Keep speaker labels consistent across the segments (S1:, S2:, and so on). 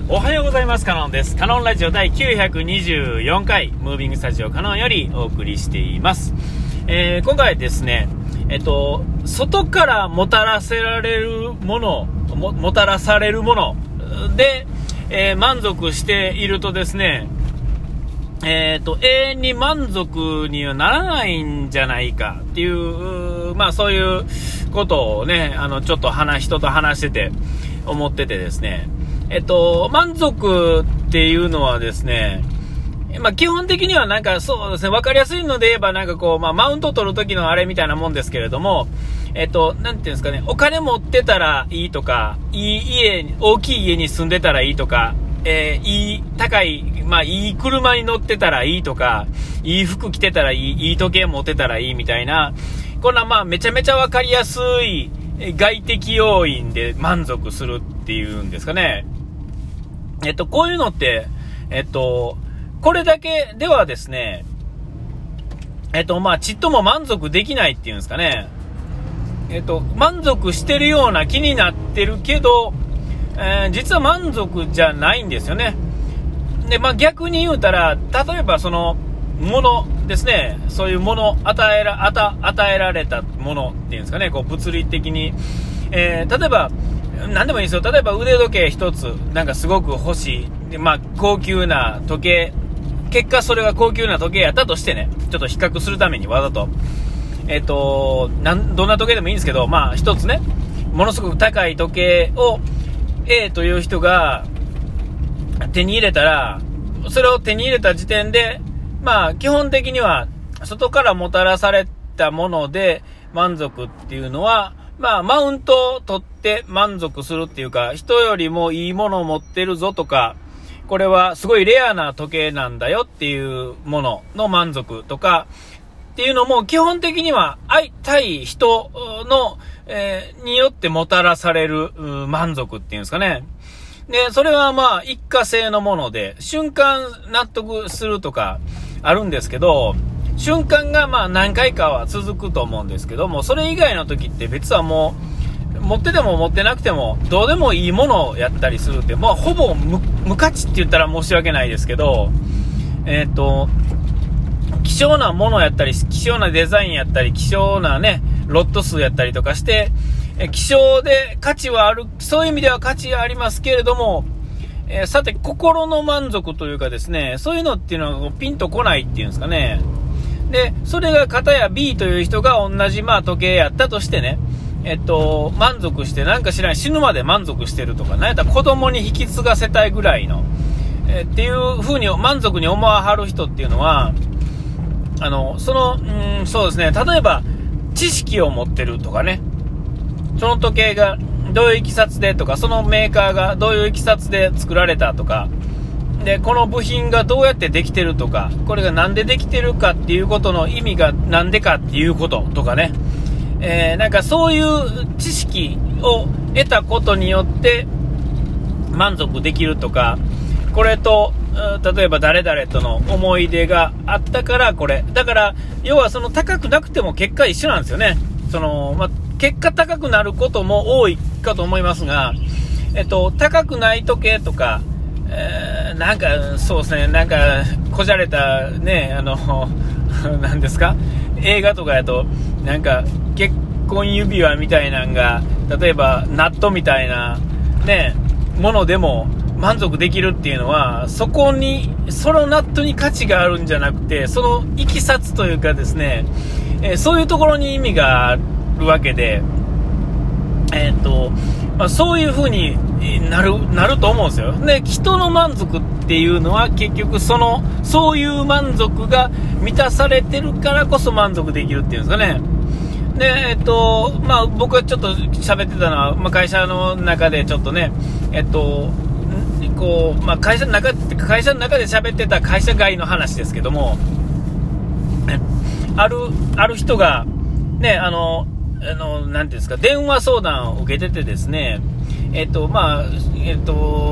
S1: おはようございます。カノンです。カノンラジオ第924回ムービングスタジオカノンよりお送りしています。今回ですね、外からもたらされるもので、満足しているとですね、永遠に満足にはならないんじゃないかっていう、そういうことをね、ちょっと人と話してて思っててですね、満足っていうのはですね、基本的にはそうですね、わかりやすいので言えばマウント取る時のあれみたいなもんですけれども、なんていうんですかね、お金持ってたらいいとか、大きい家に住んでたらいいとか、高い、いい車に乗ってたらいいとか、いい服着てたらいい、いい時計持ってたらいいみたいな、こんなめちゃめちゃわかりやすい外的要因で満足するっていうんですかね。こういうのって、これだけではですね、ちっとも満足できないっていうんですかね。満足してるような気になってるけど、実は満足じゃないんですよね。で、逆に言うたら、例えばそのものですね、そういうもの、与えられたものっていうんですかね、こう物理的に、例えば何でもいいですよ。例えば腕時計一つすごく欲しい、高級な時計、結果それが高級な時計やったとしてね、ちょっと比較するためにわざとどんな時計でもいいんですけど、一つね、ものすごく高い時計を A という人が手に入れたら、それを手に入れた時点で基本的には外からもたらされたもので満足っていうのは、マウントを取って満足するっていうか、人よりもいいものを持ってるぞとか、これはすごいレアな時計なんだよっていうものの満足とかっていうのも、基本的には対人の、によってもたらされる満足っていうんですかね。で、それは一過性のもので、瞬間納得するとかあるんですけど、瞬間が何回かは続くと思うんですけども、それ以外の時って別はもう持ってても持ってなくてもどうでもいいものをやったりするって、ほぼ無価値って言ったら申し訳ないですけど、希少なものやったり、希少なデザインやったり、希少なねロット数やったりとかして、希少で価値はある、そういう意味では価値はありますけれども、さて心の満足というかですね、そういうのっていうのはピンとこないっていうんですかね。で、それが片や B という人が同じ時計やったとしてね、満足して知らない、死ぬまで満足してるとか、やったら子供に引き継がせたいぐらいの、っていう風に満足に思わはる人っていうのは、そうですね、例えば知識を持ってるとかね、その時計がどういういきさつでとか、そのメーカーがどういういきさつで作られたとかで、この部品がどうやってできてるとか、これがなんでできてるかっていうことの意味がなんでかっていうこととかね、そういう知識を得たことによって満足できるとか、これと例えば誰々との思い出があったからこれだから、要はその高くなくても結果一緒なんですよね。結果高くなることも多いかと思いますが、高くない時計とか、そうですね、こじゃれたね、なんですか、映画とかやと結婚指輪みたいなのが、例えばナットみたいなねものでも満足できるっていうのは、そのナットに価値があるんじゃなくて、そのいきさつというかですね、そういうところに意味があるわけで、そういう風になると思うんですよ。で、人の満足っていうのは結局そういう満足が満たされてるからこそ満足できるっていうんですかね。で、僕がちょっと喋ってたのは、会社の中でちょっとね、会社の中で喋ってた会社外の話ですけども、ある人がね、なんていうんですか、電話相談を受けててですね、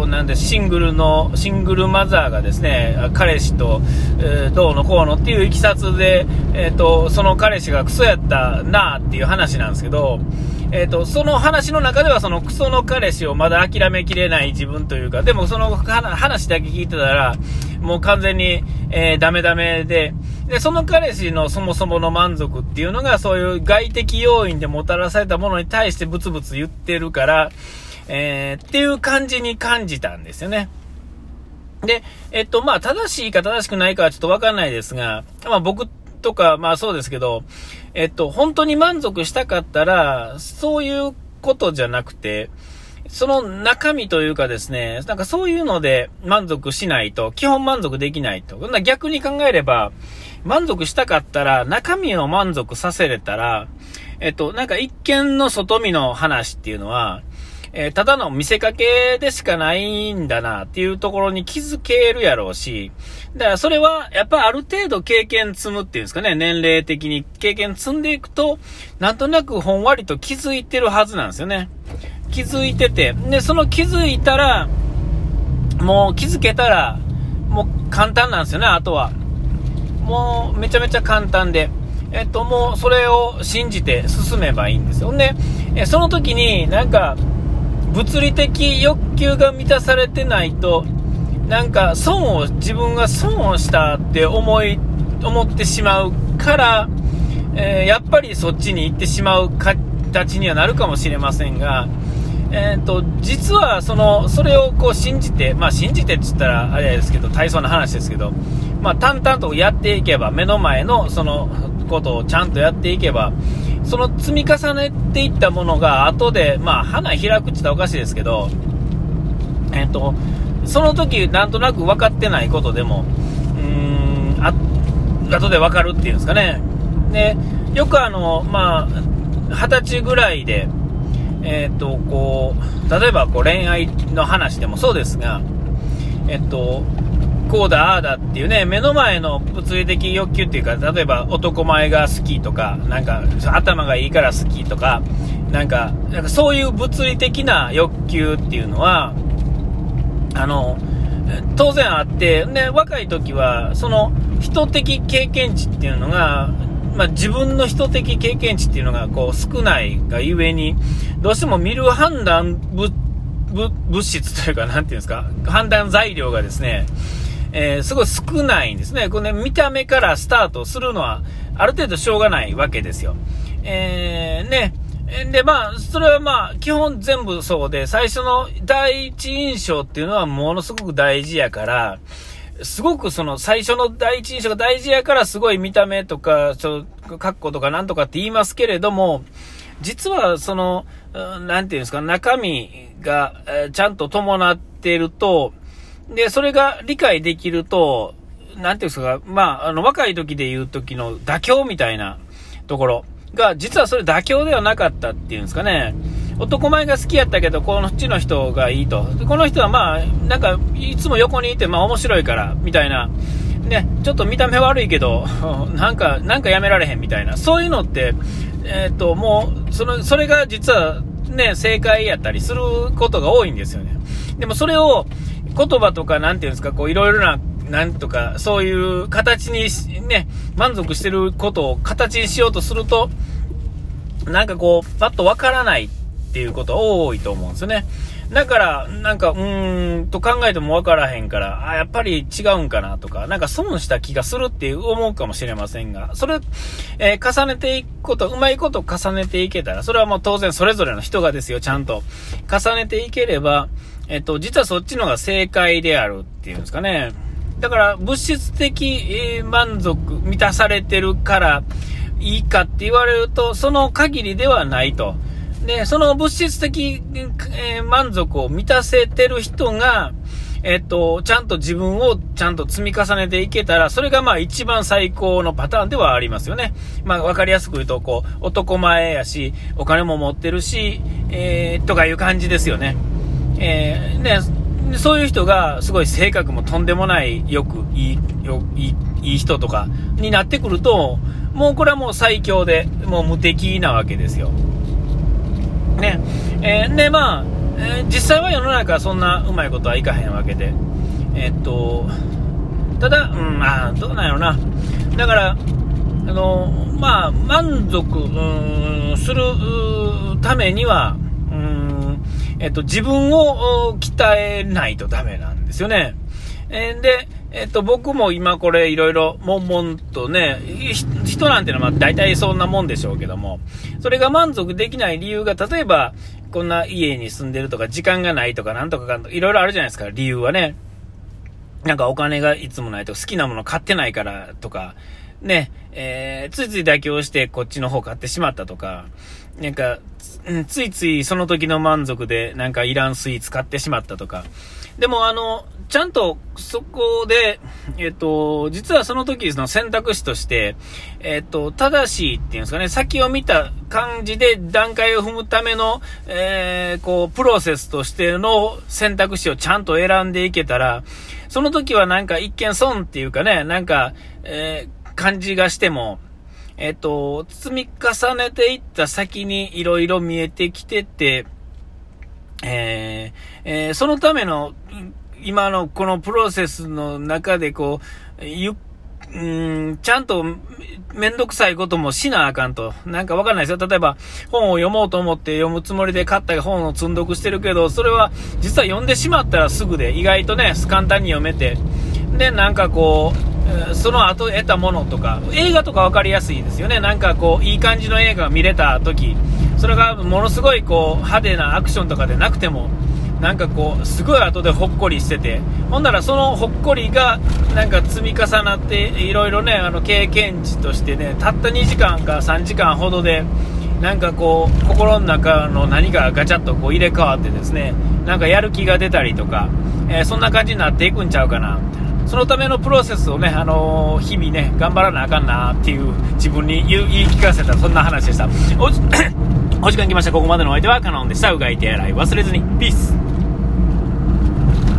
S1: なんでシングルマザーがですね、彼氏と、どうのこうのっていういきさつで、その彼氏がクソやったなっていう話なんですけど、その話の中ではそのクソの彼氏をまだ諦めきれない自分というか、でもその話だけ聞いてたらもう完全に、ダメで、その彼氏のそもそもの満足っていうのがそういう外的要因でもたらされたものに対してブツブツ言ってるから、っていう感じに感じたんですよね。で、まあ正しいか正しくないかはちょっとわかんないですが、まあ僕とかまあそうですけど、本当に満足したかったらそういうことじゃなくて、その中身というかですね、なんかそういうので満足しないと基本満足できないと。逆に考えれば満足したかったら中身を満足させれたら、なんか一見の外見の話っていうのは、ただの見せかけでしかないんだなっていうところに気づけるやろうし、だからそれはやっぱある程度経験積むっていうんですかね、年齢的に経験積んでいくと、なんとなくほんわりと気づいてるはずなんですよね。気づいてて、で、その気づいたら、もう気づけたら、もう簡単なんですよね、あとは。もうめちゃめちゃ簡単で、もうそれを信じて進めばいいんですよ。で、その時になんか、物理的欲求が満たされてないと、なんか自分が損をしたって思ってしまうから、やっぱりそっちに行ってしまう形にはなるかもしれませんが、実はそれをこう信じて、まあ信じてって言ったらあれですけど、大層な話ですけど、まあ淡々とやっていけば、目の前のそのことをちゃんとやっていけば、その積み重ねていったものが後で、まあ花開くって言ったらおかしいですけど、その時なんとなく分かってないことでも、後で分かるっていうんですかね。で、よくまあ、20歳ぐらいで、こう、例えばこう恋愛の話でもそうですが、こうだああだっていうね、目の前の物理的欲求っていうか、例えば男前が好きとか、なんか頭がいいから好きとか、なんかそういう物理的な欲求っていうのは当然あって、ね、若い時はその人的経験値っていうのが、まあ、自分の人的経験値っていうのがこう少ないがゆえに、どうしても見る判断物質というか、なんていうんですか、判断材料がですね、すごい少ないんですね。これね、見た目からスタートするのはある程度しょうがないわけですよ。ね。で、まあ、それはまあ、基本全部そうで、最初の第一印象っていうのはものすごく大事やから、すごくその最初の第一印象が大事やから、すごい見た目とか、格好とかなんとかって言いますけれども、実はなんていうんですか、中身がちゃんと伴っていると、で、それが理解できると、なんていうんですか、まあ、若い時で言う時の妥協みたいなところが、実はそれ妥協ではなかったっていうんですかね。男前が好きやったけど、このちの人がいいと。この人はまあ、なんか、いつも横にいて、まあ面白いから、みたいな。ね、ちょっと見た目悪いけど、なんかやめられへんみたいな。そういうのって、もう、それが実はね、正解やったりすることが多いんですよね。でもそれを、言葉とかなんていうんですか、こういろいろななんとかそういう形にね、満足してることを形にしようとすると、なんかこうパッとわからないっていうこと多いと思うんですよね。だからなんかと考えてもわからへんから、やっぱり違うんかなとか、なんか損した気がするって思うかもしれませんが、それ、重ねていくこと、うまいこと重ねていけたら、それはもう当然それぞれの人がですよ、ちゃんと重ねていければ、実はそっちのが正解であるっていうんですかね。だから物質的、満足満たされてるからいいかって言われると、その限りではないと。で、その物質的、満足を満たせてる人が、ちゃんと自分をちゃんと積み重ねていけたら、それがまあ一番最高のパターンではありますよね。まあわかりやすく言うと、こう、男前やし、お金も持ってるし、とかいう感じですよね。ね、そういう人がすごい性格もとんでもないいい人とかになってくると、もうこれはもう最強でもう無敵なわけですよ。ね。で、まあ、 実際は世の中はそんなうまいことはいかへんわけで、ただ、どうなんやろな。だから満足するためには自分を鍛えないとダメなんですよね。で、僕も今これいろいろ悶々とね、人なんてのは大体そんなもんでしょうけども、それが満足できない理由が、例えばこんな家に住んでるとか時間がないとかなんとかいろいろあるじゃないですか、理由はね。なんかお金がいつもないとか、好きなもの買ってないからとかね、ついつい妥協してこっちの方買ってしまったとか、なんかついついその時の満足でなんかいらんスイーツ買ってしまったとか。でもちゃんとそこで実はその時の選択肢として正しいっていうんですかね、先を見た感じで段階を踏むためのプロセスとしての選択肢をちゃんと選んでいけたら、その時はなんか一見損っていうかね、なんか感じがしても積み重ねていった先にいろいろ見えてきてて、そのための今のこのプロセスの中でちゃんとめんどくさいこともしなあかんと。なんかわかんないですよ。例えば本を読もうと思って読むつもりで買った本を積んどくしてるけど、それは実は読んでしまったらすぐで意外とね簡単に読めて、でなんかその後得たものとか、映画とか分かりやすいですよね。なんかいい感じの映画が見れた時、それがものすごい派手なアクションとかでなくても、なんかすごい後でほっこりしてて、ほんならそのほっこりがなんか積み重なっていろいろね、経験値としてね、たった2時間か3時間ほどでなんか心の中の何かがガチャッと入れ替わってですね、なんかやる気が出たりとか、そんな感じになっていくんちゃうかな。そのためのプロセスをね、日々ね頑張らなあかんなっていう自分に言い聞かせた、そんな話でした。お時間来ました。ここまでのお相手はカノンでした。うがい手洗い忘れずに。ピース。